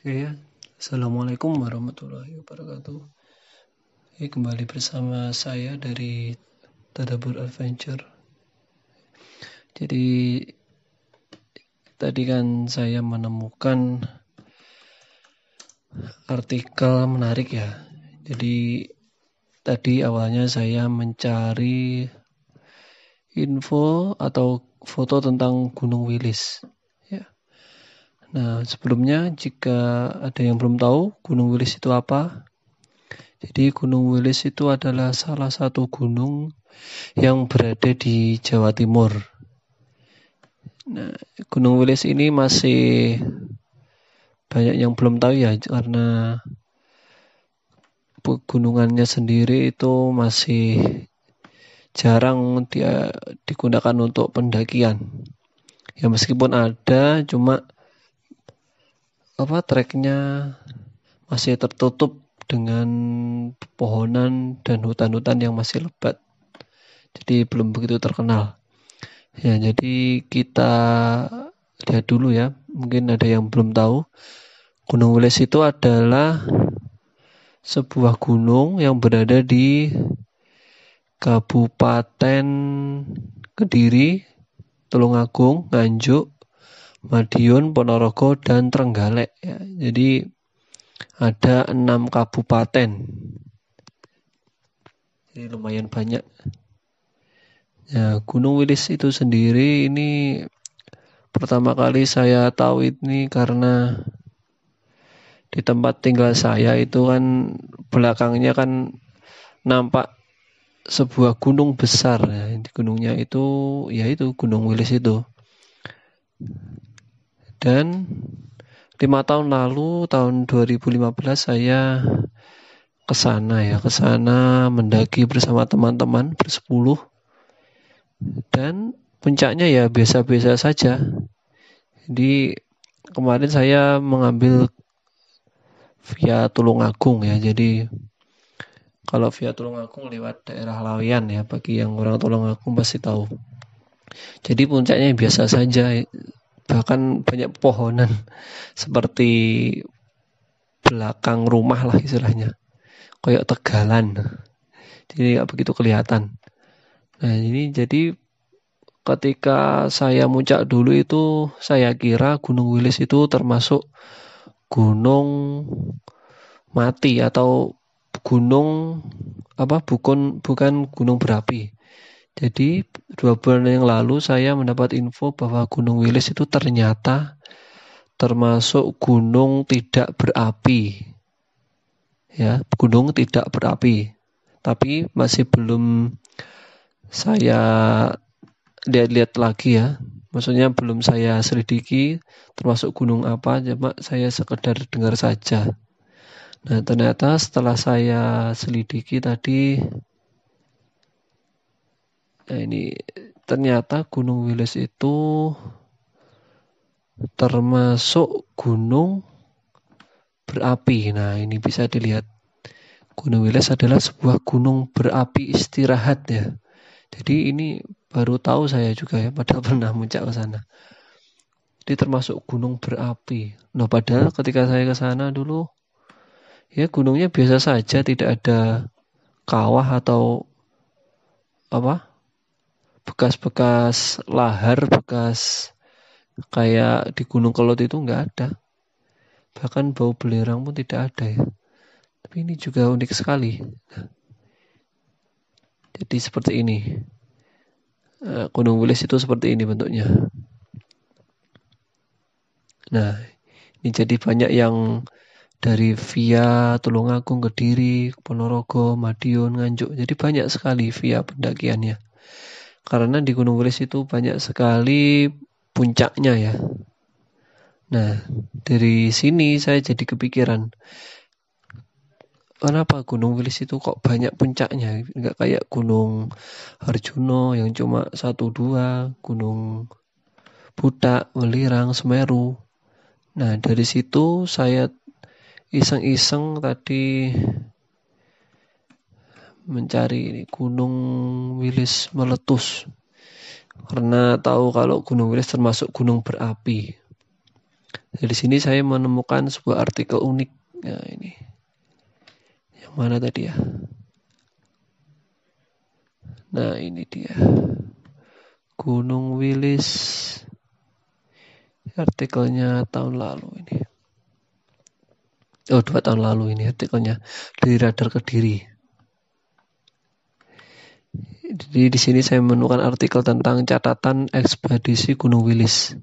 Ya, Assalamualaikum warahmatullahi wabarakatuh. Kembali bersama saya dari Tadabbur Adventure. Jadi tadi kan saya menemukan artikel menarik ya. Jadi tadi awalnya saya mencari info atau foto tentang Gunung Wilis. Ya. Nah, sebelumnya jika ada yang belum tahu Gunung Wilis itu apa? Jadi Gunung Wilis itu adalah salah satu gunung yang berada di Jawa Timur. Nah, Gunung Wilis ini masih banyak yang belum tahu ya, karena pegunungannya sendiri itu masih jarang dia digunakan untuk pendakian. Ya meskipun ada, cuma treknya masih tertutup dengan pepohonan dan hutan-hutan yang masih lebat. Jadi belum begitu terkenal. Ya, jadi kita lihat dulu ya. Mungkin ada yang belum tahu. Gunung Wilis itu adalah sebuah gunung yang berada di Kabupaten Kediri, Tulungagung, Nganjuk, Madiun, Ponorogo, dan Trenggalek. Ya, jadi ada 6 kabupaten. Jadi lumayan banyak. Ya, Gunung Wilis itu sendiri ini pertama kali saya tahu ini karena di tempat tinggal saya itu kan belakangnya kan nampak sebuah gunung besar. Ya. Gunungnya itu yaitu Gunung Wilis itu. Dan 5 tahun lalu, tahun 2015 saya ke sana mendaki bersama teman-teman bersepuluh. Dan puncaknya ya biasa-biasa saja. Jadi kemarin saya mengambil via Tulungagung ya. Jadi kalau via Tulungagung lewat daerah Laweyan ya, bagi yang orang Tulungagung pasti tahu. Jadi puncaknya biasa saja, bahkan banyak pepohonan seperti belakang rumah lah istilahnya, kayak tegalan. Jadi nggak begitu kelihatan. Nah ini jadi ketika saya muncak dulu itu saya kira Gunung Wilis itu termasuk gunung mati atau gunung bukan gunung berapi. Jadi 2 bulan yang lalu saya mendapat info bahwa Gunung Wilis itu ternyata termasuk gunung tidak berapi. Ya, gunung tidak berapi. Tapi masih belum saya lihat-lihat lagi ya. Maksudnya belum saya selidiki termasuk gunung apa, cuma saya sekedar dengar saja. Nah, ternyata setelah saya selidiki tadi, ini ternyata Gunung Wilis itu termasuk gunung berapi. Nah, ini bisa dilihat. Gunung Wilis adalah sebuah gunung berapi istirahat ya. Jadi ini baru tahu saya juga ya, padahal pernah muncak ke sana. Jadi termasuk gunung berapi. Nah, padahal ketika saya ke sana dulu, ya gunungnya biasa saja, tidak ada kawah atau bekas-bekas lahar, bekas kayak di Gunung Kelot itu nggak ada. Bahkan bau belerang pun tidak ada ya. Tapi ini juga unik sekali. Jadi seperti ini. Gunung Wilis itu seperti ini bentuknya. Nah, ini jadi banyak yang dari via Tulungagung, Kediri, Ponorogo, Madiun, Nganjuk. Jadi banyak sekali via pendakiannya. Karena di Gunung Wilis itu banyak sekali puncaknya ya. Nah, dari sini saya jadi kepikiran, kenapa Gunung Wilis itu kok banyak puncaknya? Enggak kayak Gunung Harjuno yang cuma 1-2, Gunung Budak, Welirang, Semeru. Nah, dari situ saya iseng-iseng tadi mencari Gunung Wilis meletus. Karena tahu kalau Gunung Wilis termasuk gunung berapi. Dari sini saya menemukan sebuah artikel unik. Nah, ini. Yang mana tadi ya? Nah, ini dia. Gunung Wilis. Artikelnya tahun lalu ini. 2 tahun lalu ini artikelnya. Dari Radar Kediri. Jadi di sini saya menemukan artikel tentang catatan ekspedisi Gunung Wilis.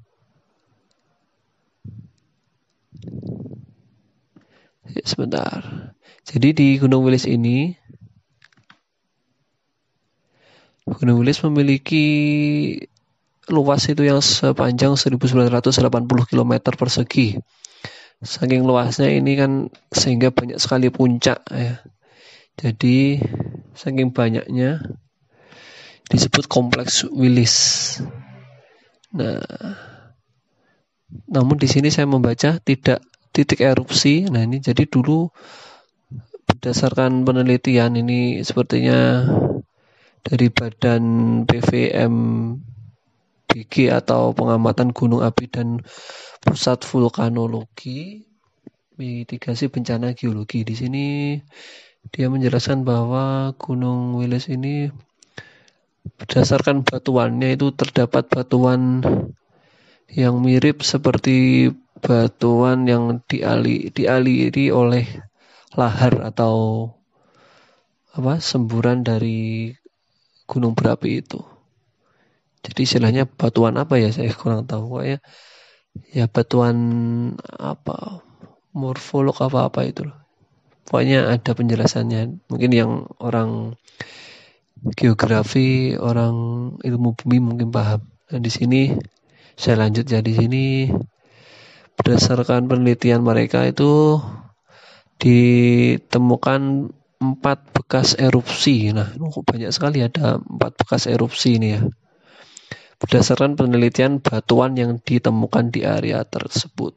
Ya, sebentar. Jadi di Gunung Wilis ini, Gunung Wilis memiliki luas itu yang sepanjang 1980 km persegi. Saking luasnya ini kan sehingga banyak sekali puncak ya. Jadi saking banyaknya disebut kompleks Wilis. Nah, namun di sini saya membaca tidak titik erupsi. Nah, ini jadi dulu berdasarkan penelitian ini sepertinya dari Badan PVMBG atau Pengamatan Gunung Api dan Pusat Vulkanologi Mitigasi Bencana Geologi. Di sini dia menjelaskan bahwa Gunung Wilis ini berdasarkan batuannya itu terdapat batuan yang mirip seperti batuan yang dialiri oleh lahar atau semburan dari gunung berapi itu. Jadi istilahnya batuan apa ya, saya kurang tahu. Pokoknya ya batuan morfolog apa itu loh. Pokoknya ada penjelasannya. Mungkin yang orang geografi, orang ilmu bumi mungkin paham. Nah, di sini saya lanjut ya. Di sini berdasarkan penelitian mereka itu ditemukan 4 bekas erupsi. Nah, banyak sekali, ada 4 bekas erupsi ini ya. Berdasarkan penelitian batuan yang ditemukan di area tersebut.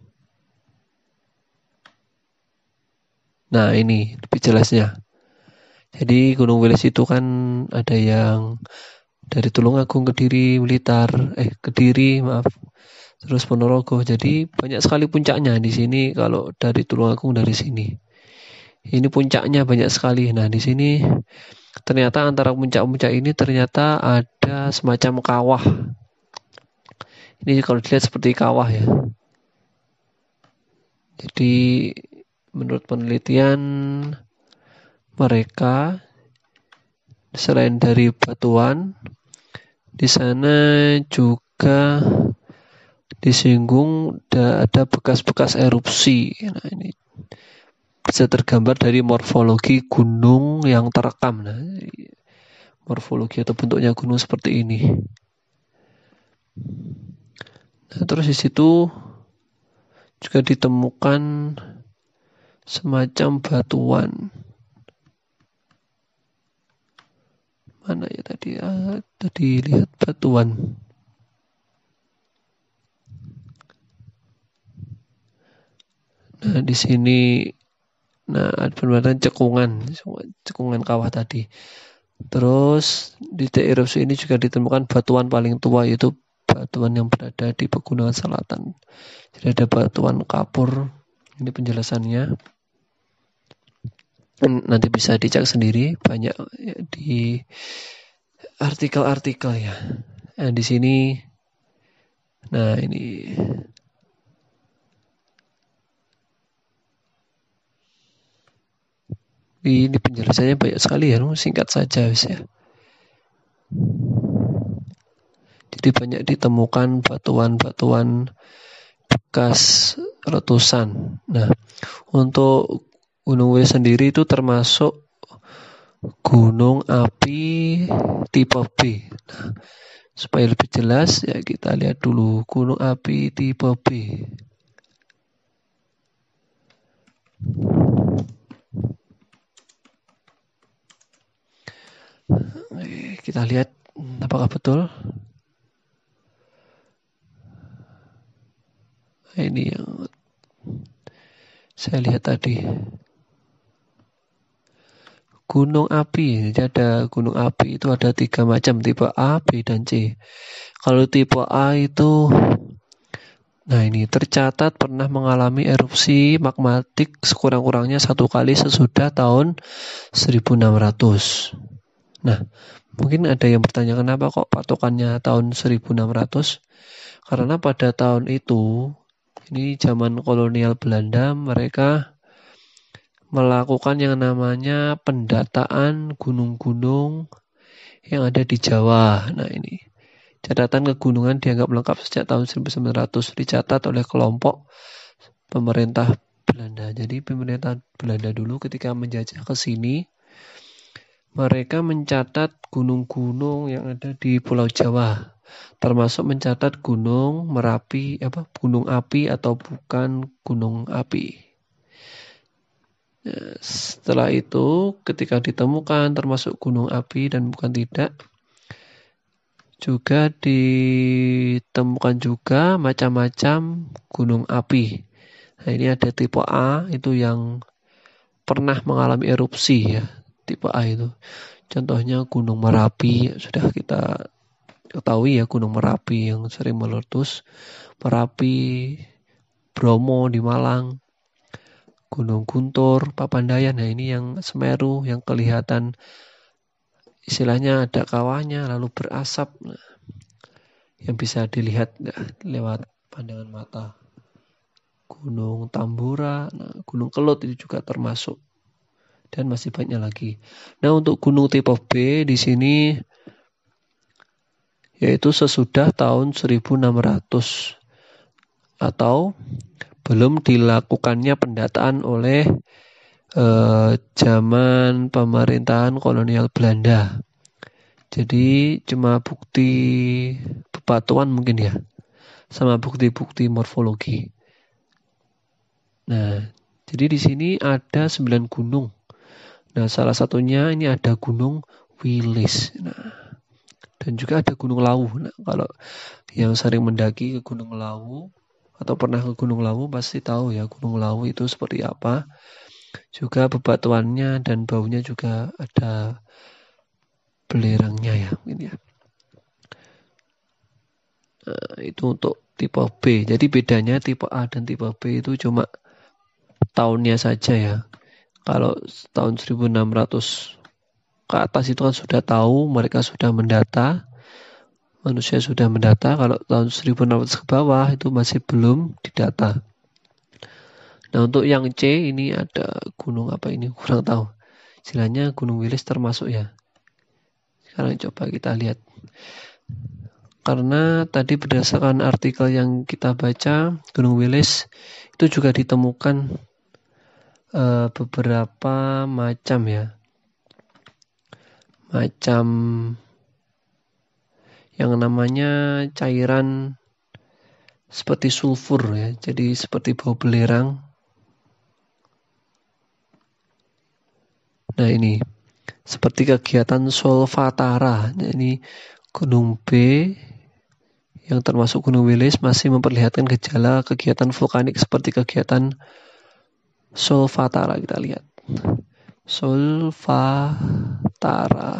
Nah, ini lebih jelasnya. Jadi Gunung Wilis itu kan ada yang dari Tulungagung, Kediri, terus Ponorogo. Jadi banyak sekali puncaknya di sini. Kalau dari Tulungagung dari sini, ini puncaknya banyak sekali. Nah, di sini ternyata antara puncak-puncak ini ternyata ada semacam kawah. Ini kalau dilihat seperti kawah ya. Jadi menurut penelitian mereka, selain dari batuan, di sana juga disinggung ada bekas-bekas erupsi. Nah, ini bisa tergambar dari morfologi gunung yang terekam. Nah, morfologi atau bentuknya gunung seperti ini. Nah, terus di situ juga ditemukan semacam batuan. Mana ya tadi? Tadi lihat batuan. Nah, di sini ada perbedaan cekungan kawah tadi. Terus di daerah erupsi ini juga ditemukan batuan paling tua, yaitu batuan yang berada di Pegunungan Selatan. Jadi ada batuan kapur. Ini penjelasannya. Nanti bisa dicek sendiri, banyak ya, di artikel-artikel ya. Nah, di sini, nah ini penjelasannya banyak sekali ya, singkat saja ya. Jadi banyak ditemukan batuan-batuan bekas letusan. Nah, untuk Gunung Wilis sendiri itu termasuk gunung api tipe B. Nah, supaya lebih jelas ya kita lihat dulu gunung api tipe B. Kita lihat apakah betul. Ini yang saya lihat tadi. Gunung api, jadi ada gunung api itu ada 3 macam, tipe A, B, dan C. Kalau tipe A itu Nah, ini tercatat pernah mengalami erupsi magmatik sekurang-kurangnya 1 kali sesudah tahun 1600. Nah, mungkin ada yang bertanya kenapa kok patokannya tahun 1600? Karena pada tahun itu, ini zaman kolonial Belanda, mereka melakukan yang namanya pendataan gunung-gunung yang ada di Jawa. Nah, ini catatan kegunungan dianggap lengkap sejak tahun 1900 dicatat oleh kelompok pemerintah Belanda. Jadi pemerintah Belanda dulu ketika menjajah ke sini, mereka mencatat gunung-gunung yang ada di Pulau Jawa, termasuk mencatat gunung Merapi, gunung api atau bukan gunung api. Setelah itu, ketika ditemukan termasuk gunung api dan bukan tidak, juga ditemukan juga macam-macam gunung api. Nah, ini ada tipe A, itu yang pernah mengalami erupsi ya, tipe A itu. Contohnya Gunung Merapi, sudah kita ketahui ya, Gunung Merapi yang sering meletus. Merapi, Bromo di Malang, Gunung Guntur, Papandayan. Nah, ini yang Semeru yang kelihatan istilahnya ada kawahnya lalu berasap, nah, yang bisa dilihat lewat pandangan mata. Gunung Tambora, nah, Gunung Kelut itu juga termasuk, dan masih banyak lagi. Nah, untuk gunung tipe B di sini yaitu sesudah tahun 1600 atau belum dilakukannya pendataan oleh zaman pemerintahan kolonial Belanda. Jadi cuma bukti bebatuan mungkin ya, sama bukti-bukti morfologi. Nah, jadi di sini ada 9 gunung. Nah, salah satunya ini ada Gunung Wilis. Nah, dan juga ada Gunung Lawu. Nah, kalau yang sering mendaki ke Gunung Lawu atau pernah ke Gunung Lawu pasti tahu ya Gunung Lawu itu seperti apa. Juga bebatuannya dan baunya juga ada belerangnya ya, mungkin ya. Nah, itu untuk tipe B. Jadi bedanya tipe A dan tipe B itu cuma tahunnya saja ya. Kalau tahun 1600 ke atas itu kan sudah tahu, mereka sudah mendata, manusia sudah mendata. Kalau tahun 1600 ke bawah itu masih belum didata. Nah, untuk yang C ini ada gunung apa ini kurang tahu. Istilahnya Gunung Wilis termasuk ya. Sekarang coba kita lihat. Karena tadi berdasarkan artikel yang kita baca, Gunung Wilis itu juga ditemukan beberapa macam ya. Macam yang namanya cairan seperti sulfur ya. Jadi seperti bau belerang. Nah, ini seperti kegiatan solfatara. Nah, ini Gunung B yang termasuk Gunung Wilis masih memperlihatkan gejala kegiatan vulkanik seperti kegiatan solfatara. Kita lihat. Solfatara.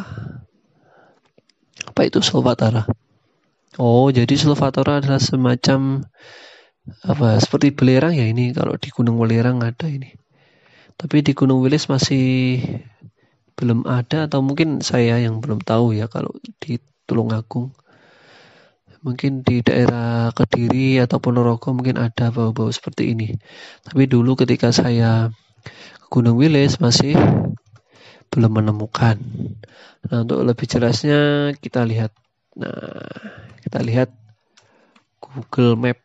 Apa itu solfatara? Oh, jadi solfatara adalah semacam seperti belerang ya ini. Kalau di Gunung Belerang ada ini. Tapi di Gunung Wilis masih belum ada, atau mungkin saya yang belum tahu ya kalau di Tulungagung. Mungkin di daerah Kediri atau Ponorogo mungkin ada bau-bau seperti ini. Tapi dulu ketika saya ke Gunung Wilis masih belum menemukan. Nah, untuk lebih jelasnya kita lihat. Nah, kita lihat Google Map.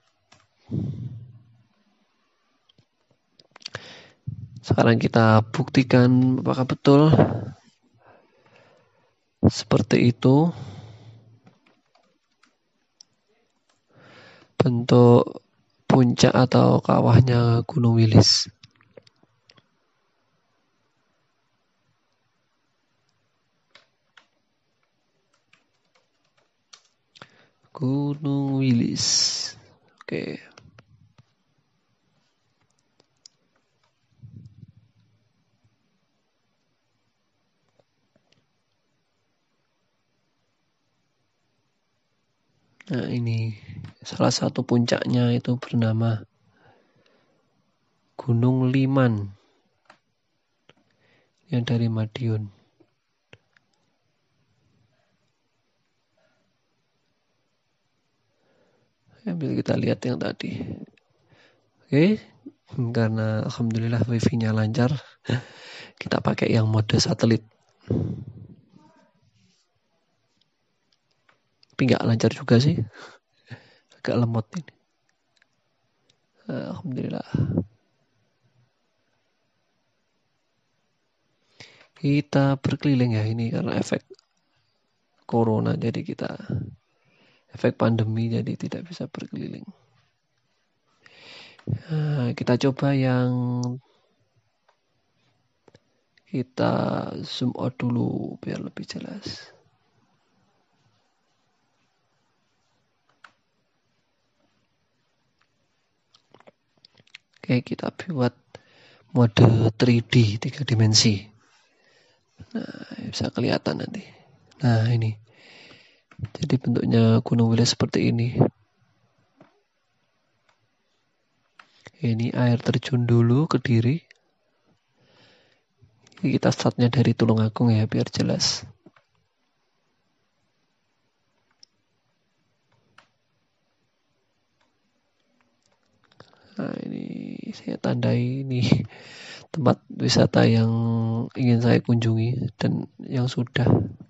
Sekarang kita buktikan apakah betul seperti itu bentuk puncak atau kawahnya Gunung Wilis. Gunung Wilis. Oke. Nah, ini salah satu puncaknya itu bernama Gunung Liman yang dari Madiun. Ambil kita lihat yang tadi. Oke, karena alhamdulillah wifi-nya lancar, kita pakai yang mode satelit. Tapi nggak lancar juga sih, agak lemot ini. Alhamdulillah. Kita berkeliling ya, ini karena efek corona, jadi kita efek pandemi, jadi tidak bisa berkeliling. Nah, kita coba yang kita zoom out dulu biar lebih jelas. Oke, kita buat mode 3D, 3 dimensi. Nah, bisa kelihatan nanti. Nah, ini. Jadi bentuknya Gunung Wilis seperti ini. Ini air terjun dulu Kediri. Kita startnya dari Tulungagung ya, biar jelas. Nah, ini saya tandai ini tempat wisata yang ingin saya kunjungi dan yang sudah.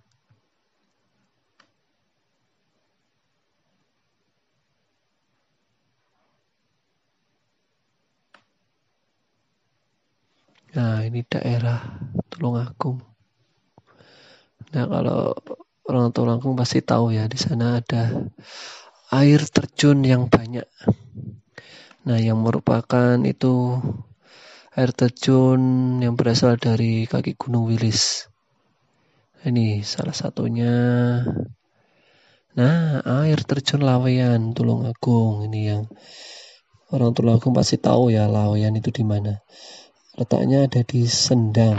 Nah, ini daerah Tulungagung. Nah, kalau orang Tulungagung pasti tahu ya, di sana ada air terjun yang banyak. Nah, yang merupakan itu air terjun yang berasal dari kaki Gunung Wilis. Ini salah satunya. Nah, air terjun Laweyan Tulungagung, ini yang orang Tulungagung pasti tahu ya, Laweyan itu di mana. Letaknya ada di Sendang.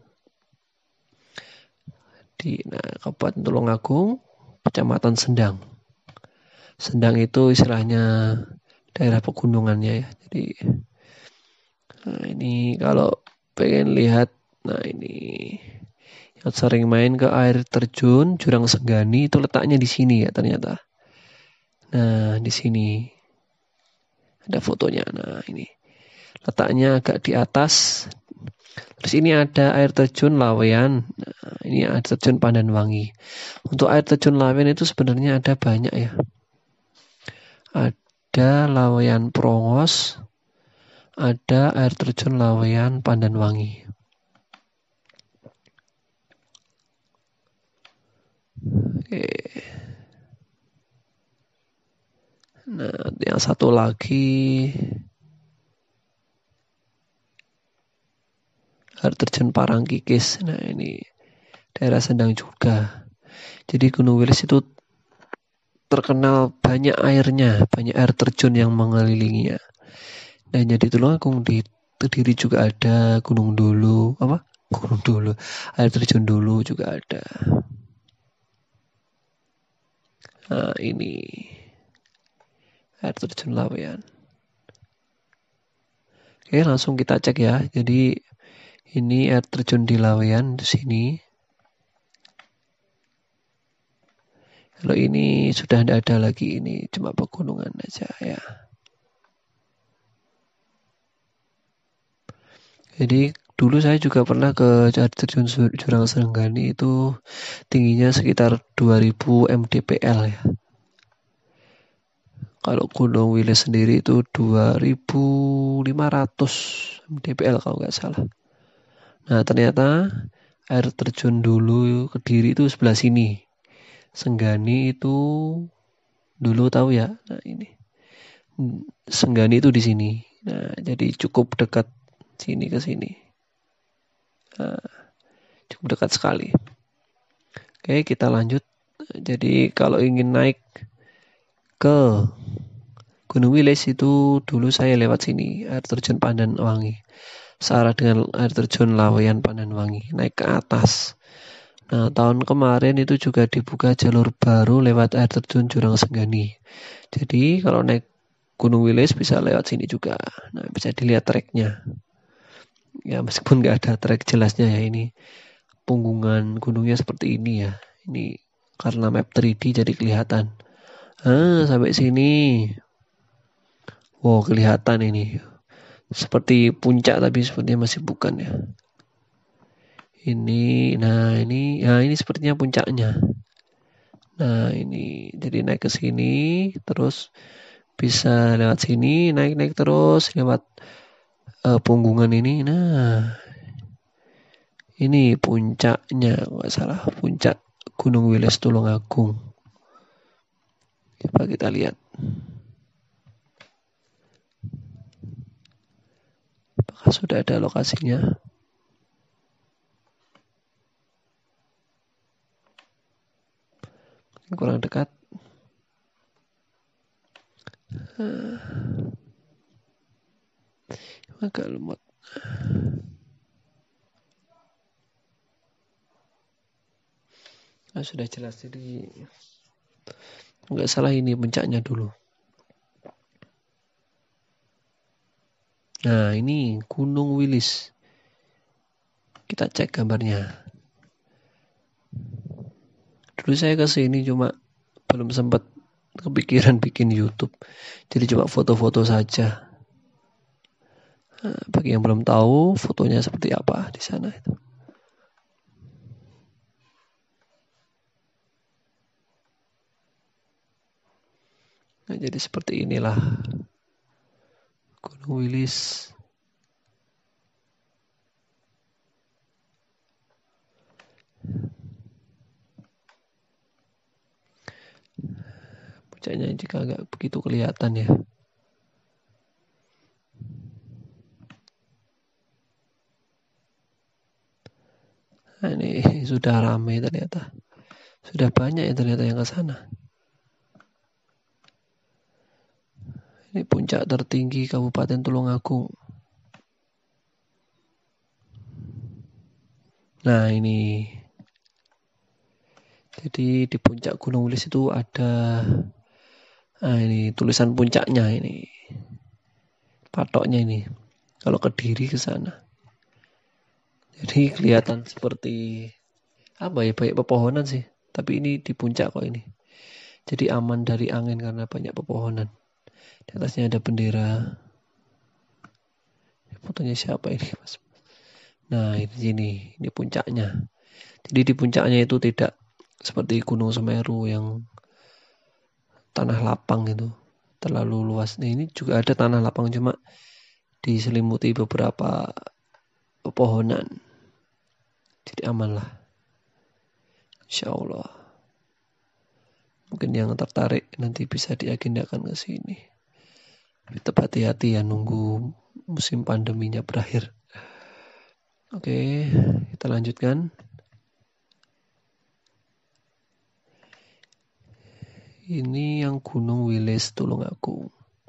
Kabupaten Tulungagung, Kecamatan Sendang. Sendang itu istilahnya daerah pegunungannya ya. Jadi nah ini kalau pengen lihat, nah ini yang sering main ke air terjun Jurang Senggani itu letaknya di sini ya ternyata. Nah, di sini ada fotonya. Nah, ini letaknya agak di atas. Terus ini ada air terjun Laweyan. Nah, ini air terjun Pandanwangi. Untuk air terjun Laweyan itu sebenarnya ada banyak ya. Ada Laweyan Prongos, ada air terjun Laweyan Pandanwangi. Oke. Nah, yang satu lagi air terjun Parangkikis. Nah, ini daerah Sendang juga. Jadi Gunung Wilis itu terkenal banyak airnya, banyak air terjun yang mengelilinginya. Dan jadi Tulungagung di Kediri juga ada Gunung Dulu, air terjun Dulu juga ada. Nah, ini air terjun Laweyan. Oke, langsung kita cek ya. Jadi ini air terjun di Laweyan di sini. Kalau ini sudah tidak ada lagi, ini cuma pegunungan aja ya. Jadi dulu saya juga pernah ke air terjun Jurang Senggani, itu tingginya sekitar 2000 mdpl ya. Kalau Gunung Wilis sendiri itu 2500 mdpl kalau nggak salah. Nah, ternyata air terjun dulu Kediri itu sebelah sini. Senggani itu dulu tahu ya. Nah, ini Senggani itu di sini. Nah, jadi cukup dekat sini ke sini. Nah, cukup dekat sekali. Oke, kita lanjut. Jadi kalau ingin naik ke Gunung Wilis itu dulu saya lewat sini, air terjun Pandanwangi. Searah dengan air terjun Laweyan Pandanwangi, naik ke atas. Nah, tahun kemarin itu juga dibuka jalur baru lewat air terjun Jurang Senggani. Jadi kalau naik Gunung Wilis bisa lewat sini juga. Nah, bisa dilihat treknya. Ya, meskipun nggak ada trek jelasnya ya, ini punggungan gunungnya seperti ini ya. Ini karena map 3D jadi kelihatan. Sampai sini. Wow, kelihatan ini. Seperti puncak tapi sepertinya masih bukan ya. Ini sepertinya puncaknya. Nah, ini jadi naik ke sini, terus bisa lewat sini, naik-naik terus lewat punggungan ini. Nah, ini puncaknya, nggak salah, puncak Gunung Wilis Tulungagung. Coba kita lihat. Apakah sudah ada lokasinya? Kurang dekat. Agak lemot. Sudah jelas, jadi nggak salah ini puncaknya dulu. Nah, ini Gunung Wilis. Kita cek gambarnya. Dulu saya ke sini cuma belum sempat kepikiran bikin YouTube. Jadi cuma foto-foto saja. Nah, bagi yang belum tahu fotonya seperti apa di sana itu. Nah, jadi seperti inilah Gunung Wilis. Puncaknya jika nggak begitu kelihatan ya. Nah, ini sudah ramai ternyata. Sudah banyak ya ternyata yang ke sana. Ini puncak tertinggi Kabupaten Tulungagung. Nah, ini. Jadi di puncak Gunung Wilis itu ada ini tulisan puncaknya ini. Patoknya ini. Kalau Kediri ke sana. Jadi kelihatan seperti apa ya, banyak pepohonan sih. Tapi ini di puncak kok ini. Jadi aman dari angin karena banyak pepohonan. Di atasnya ada bendera. Fotonya siapa ini, Mas? Nah, ini puncaknya. Jadi di puncaknya itu tidak seperti Gunung Semeru yang tanah lapang itu terlalu luas. Nah, ini juga ada tanah lapang cuma diselimuti beberapa pepohonan. Jadi aman lah. Insya Allah. Mungkin yang tertarik nanti bisa diagendakan ke sini. Tetap hati-hati ya nunggu musim pandeminya berakhir. Oke, kita lanjutkan. Ini yang Gunung Wilis Tulungagung.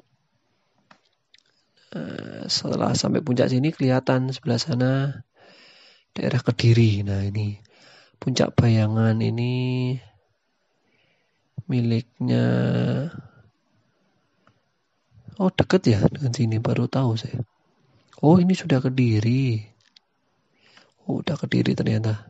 Setelah sampai puncak sini kelihatan sebelah sana daerah Kediri. Nah, ini puncak Bayangan ini miliknya. Oh, deket ya dengan sini, baru tahu saya. Oh, ini sudah Kediri. Oh, udah Kediri ternyata.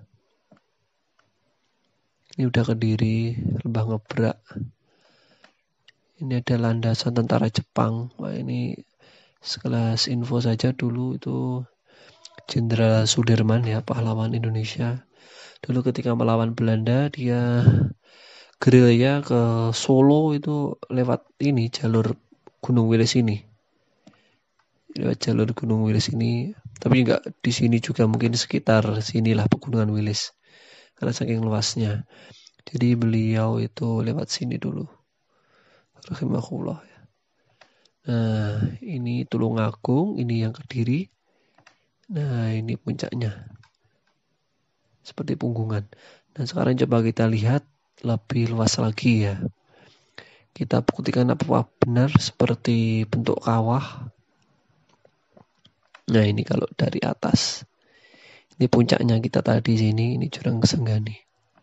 Ini udah Kediri, Lembah Ngebrak. Ini ada landasan tentara Jepang. Wah, ini sekelas info saja, dulu itu Jenderal Sudirman ya, pahlawan Indonesia. Dulu ketika melawan Belanda, dia gerilya ke Solo itu lewat ini, jalur Gunung Wilis ini. Lewat jalur Gunung Wilis ini. Tapi enggak di sini juga, mungkin sekitar sinilah Pegunungan Wilis. Karena saking luasnya. Jadi beliau itu lewat sini dulu. Rahimahullah ya. Nah, ini Tulungagung, ini yang Kediri. Nah, ini puncaknya. Seperti punggungan. Dan sekarang coba kita lihat lebih luas lagi ya. Kita buktikan apakah benar seperti bentuk kawah. Nah, ini kalau dari atas. Ini puncaknya kita tadi sini, ini Jurang Kesenggani.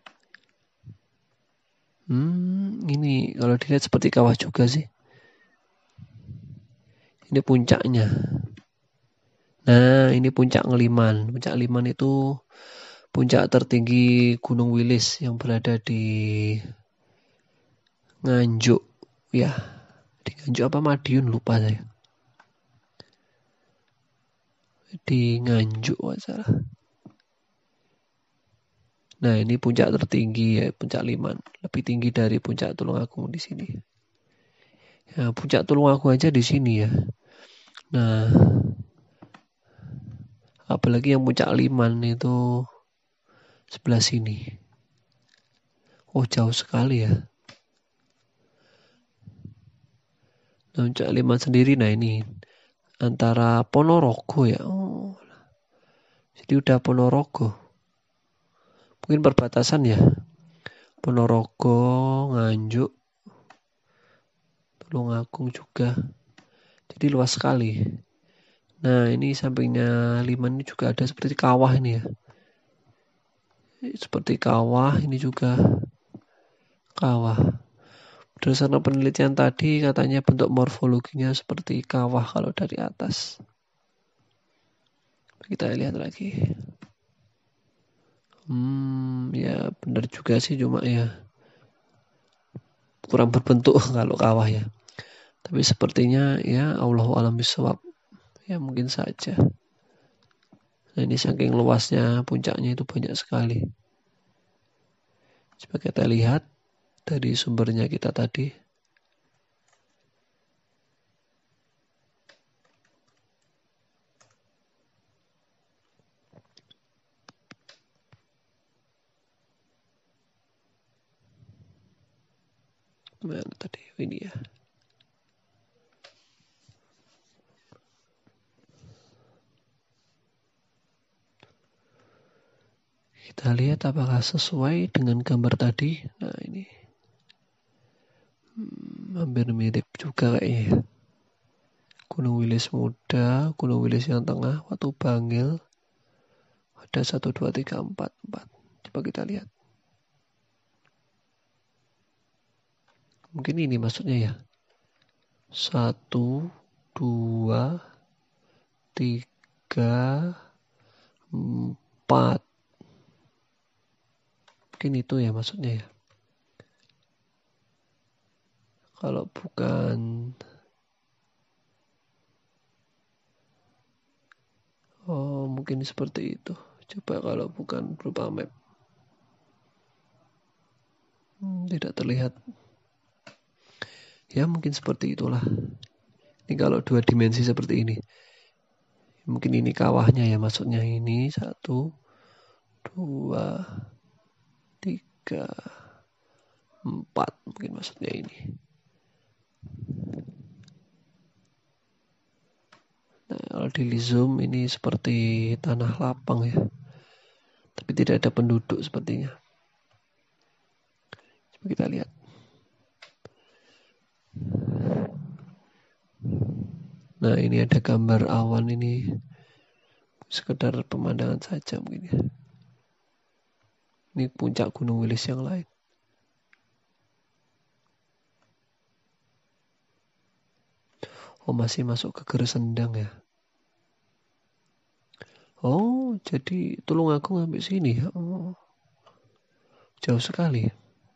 Ini kalau dilihat seperti kawah juga sih. Ini puncaknya. Nah, ini puncak Ngeliman. Puncak Ngeliman itu puncak tertinggi Gunung Wilis yang berada di Nganjuk. Ya, di Nganjuk apa Madiun lupa saya. Di Nganjuk salah. Nah, ini puncak tertinggi ya, puncak Liman. Lebih tinggi dari puncak Tulungagung di sini. Ya, puncak Tulungagung aja di sini ya. Nah, apalagi yang puncak Liman itu sebelah sini. Oh, jauh sekali ya. Nah, puncak Liman sendiri, nah ini antara Ponorogo ya. Oh, jadi udah Ponorogo. Mungkin perbatasan ya. Ponorogo, Nganjuk, Tulungagung juga. Jadi luas sekali. Nah, ini sampingnya Liman ini juga ada seperti kawah ini ya. Seperti kawah, ini juga kawah. Berdasarkan penelitian tadi katanya bentuk morfologinya seperti kawah kalau dari atas. Kita lihat lagi. Ya benar juga sih, cuma ya kurang berbentuk kalau kawah ya. Tapi sepertinya ya Allahu a'lam bishawab. Ya mungkin saja. Nah, ini saking luasnya puncaknya itu banyak sekali. Coba kita lihat dari sumbernya kita tadi. Mana tadi? Ini ya. Kita lihat apakah sesuai dengan gambar tadi. Nah ini. Hampir mirip juga kayaknya ya. Gunung Wilis Muda, Gunung Wilis yang tengah, Watu Bangil. Ada 1, 2, 3, 4. Coba kita lihat. Mungkin ini maksudnya ya. 1, 2, 3, 4. Mungkin itu ya maksudnya ya. Kalau bukan, oh mungkin seperti itu. Coba kalau bukan berupa map. Tidak terlihat. Ya mungkin seperti itulah. Ini kalau 2 dimensi seperti ini. Mungkin ini kawahnya ya, maksudnya ini 1, 2, 3, 4. Mungkin maksudnya ini. Nah, kalau di zoom ini seperti tanah lapang ya. Tapi tidak ada penduduk sepertinya. Coba kita lihat. Nah, ini ada gambar awan ini. Sekedar pemandangan saja mungkin ya. Ini puncak Gunung Wilis yang lain. Oh, masih masuk ke Gersendang ya. Oh, jadi Tulungagung sampai sini ya. Oh, jauh sekali.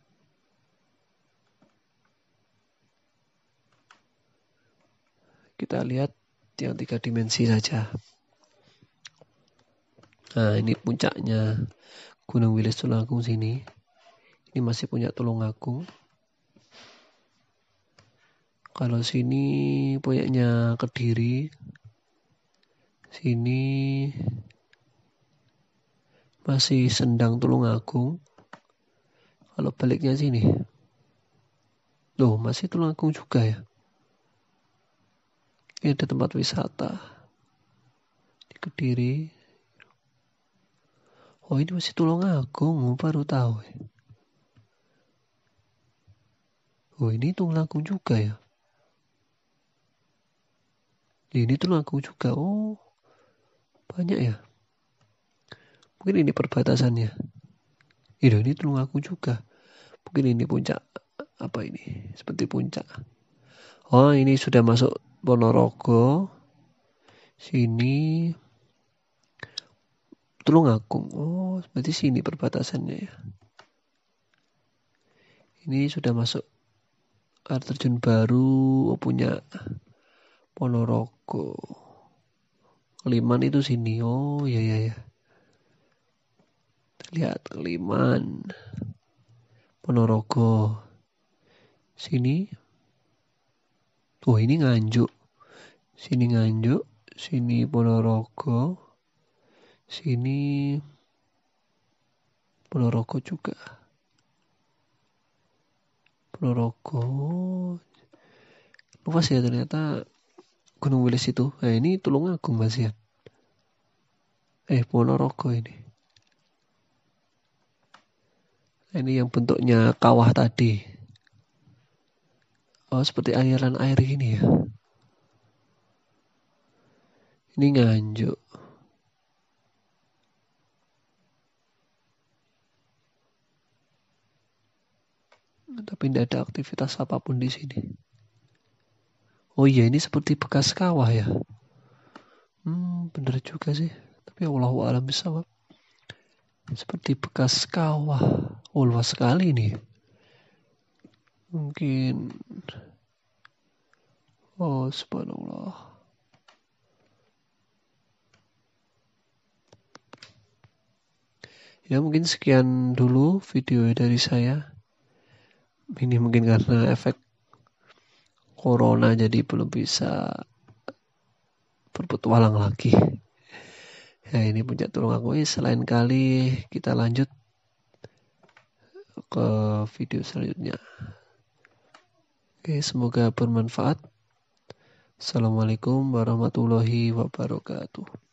Kita lihat yang 3 dimensi saja. Nah, ini puncaknya Gunung Wilis Tulungagung sini. Ini masih punya Tulungagung. Kalau sini punyanya Kediri. Sini masih Sendang Tulungagung. Kalau baliknya sini. Loh, masih Tulungagung juga ya. Ini ada tempat wisata di Kediri. Oh, ini masih Tulungagung, baru tahu. Oh, ini Tulungagung juga ya. Ini Tulungagung juga. Oh, banyak ya. Mungkin ini perbatasannya. Ini Tulung Agung juga. Mungkin ini puncak. Apa ini? Seperti puncak. Oh, ini sudah masuk Ponorogo. Sini Tulung Agung. Oh, berarti sini perbatasannya ya. Ini sudah masuk air terjun baru punya Ponorogo. Keliman itu sini. Oh, iya. Lihat Keliman. Ponorogo. Sini. Oh, ini Nganjuk. Sini Nganjuk. Sini Ponorogo. Sini Ponorogo juga. Ponorogo. Luas ya ternyata Gunung Wilis itu. Ini Tulung Agung Mas ya. Ponorogo ini. Ini yang bentuknya kawah tadi. Oh, seperti aliran air gini ya. Ini Nganjuk. Tapi tidak ada aktivitas apapun di sini. Oh iya, ini seperti bekas kawah ya. Bener juga sih. Tapi Allahu a'lam bishawab. Seperti bekas kawah. Oh, luas sekali nih. Mungkin. Oh, subhanallah. Ya, mungkin sekian dulu video dari saya. Ini mungkin karena efek corona jadi belum bisa berpetualang lagi. Ya, ini puncak Tulung Agung. Selain kali kita lanjut ke video selanjutnya. Oke, semoga bermanfaat. Assalamualaikum warahmatullahi wabarakatuh.